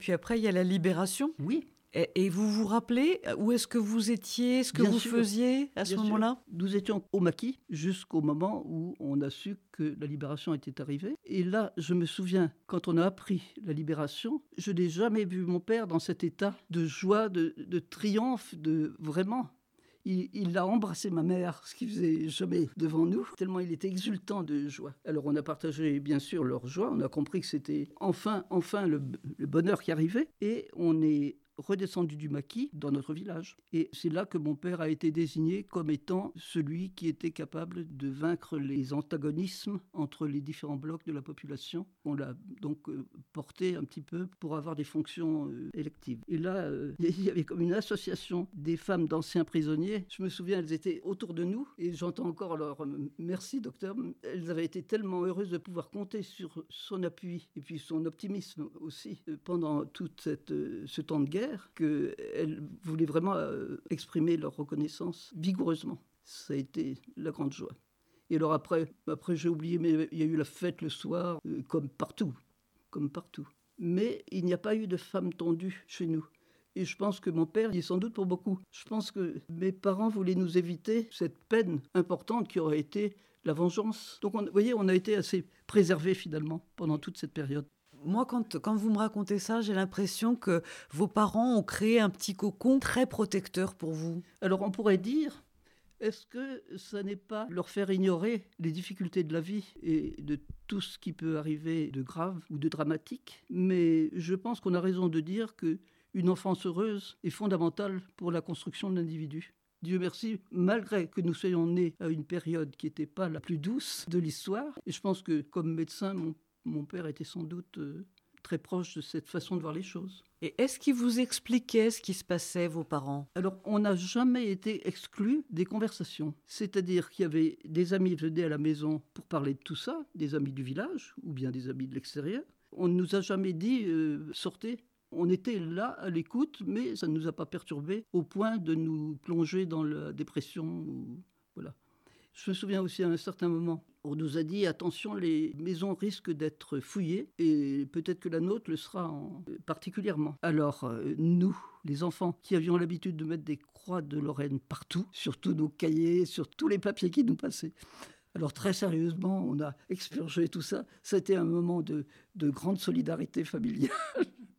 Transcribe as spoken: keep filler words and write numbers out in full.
Puis après, il y a la libération. Oui. Et, et vous vous rappelez où est-ce que vous étiez, ce que Bien vous sûr. faisiez à ce Bien moment-là? sûr. Nous étions au maquis jusqu'au moment où on a su que la libération était arrivée. Et là, je me souviens, quand on a appris la libération, je n'ai jamais vu mon père dans cet état de joie, de, de triomphe, de vraiment... Il, il a embrassé ma mère, ce qu'il faisait jamais devant nous, tellement il était exultant de joie. Alors on a partagé bien sûr leur joie, on a compris que c'était enfin, enfin le, le bonheur qui arrivait, et on est redescendu du maquis dans notre village. Et c'est là que mon père a été désigné comme étant celui qui était capable de vaincre les antagonismes entre les différents blocs de la population. On l'a donc euh, porté un petit peu pour avoir des fonctions euh, électives. Et là, euh, il y avait comme une association des femmes d'anciens prisonniers. Je me souviens, elles étaient autour de nous et j'entends encore leur euh, merci, docteur. Elles avaient été tellement heureuses de pouvoir compter sur son appui et puis son optimisme aussi euh, pendant tout cette, euh, ce temps de guerre, qu'elles voulaient vraiment euh, exprimer leur reconnaissance vigoureusement. Ça a été la grande joie. Et alors après, après j'ai oublié, mais il y a eu la fête le soir, euh, comme partout, comme partout. Mais il n'y a pas eu de femme tendue chez nous. Et je pense que mon père y est sans doute pour beaucoup. Je pense que mes parents voulaient nous éviter cette peine importante qui aurait été la vengeance. Donc, vous voyez, on a été assez préservés finalement pendant toute cette période. Moi, quand, quand vous me racontez ça, j'ai l'impression que vos parents ont créé un petit cocon très protecteur pour vous. Alors, on pourrait dire, est-ce que ça n'est pas leur faire ignorer les difficultés de la vie et de tout ce qui peut arriver de grave ou de dramatique? Mais je pense qu'on a raison de dire qu'une enfance heureuse est fondamentale pour la construction de l'individu. Dieu merci, malgré que nous soyons nés à une période qui n'était pas la plus douce de l'histoire, et je pense que comme médecin, mon Mon père était sans doute euh, très proche de cette façon de voir les choses. Et est-ce qu'ils vous expliquaient ce qui se passait, vos parents? Alors, on n'a jamais été exclus des conversations. C'est-à-dire qu'il y avait des amis qui venaient à la maison pour parler de tout ça, des amis du village ou bien des amis de l'extérieur. On ne nous a jamais dit euh, « sortez ». On était là à l'écoute, mais ça ne nous a pas perturbés au point de nous plonger dans la dépression. Ou... Voilà. Je me souviens aussi à un certain moment, on nous a dit attention, les maisons risquent d'être fouillées et peut-être que la nôtre le sera en... particulièrement. Alors euh, nous, les enfants qui avions l'habitude de mettre des croix de Lorraine partout, sur tous nos cahiers, sur tous les papiers qui nous passaient. Alors très sérieusement, on a expurgé tout ça. Ça a été un moment de, de grande solidarité familiale.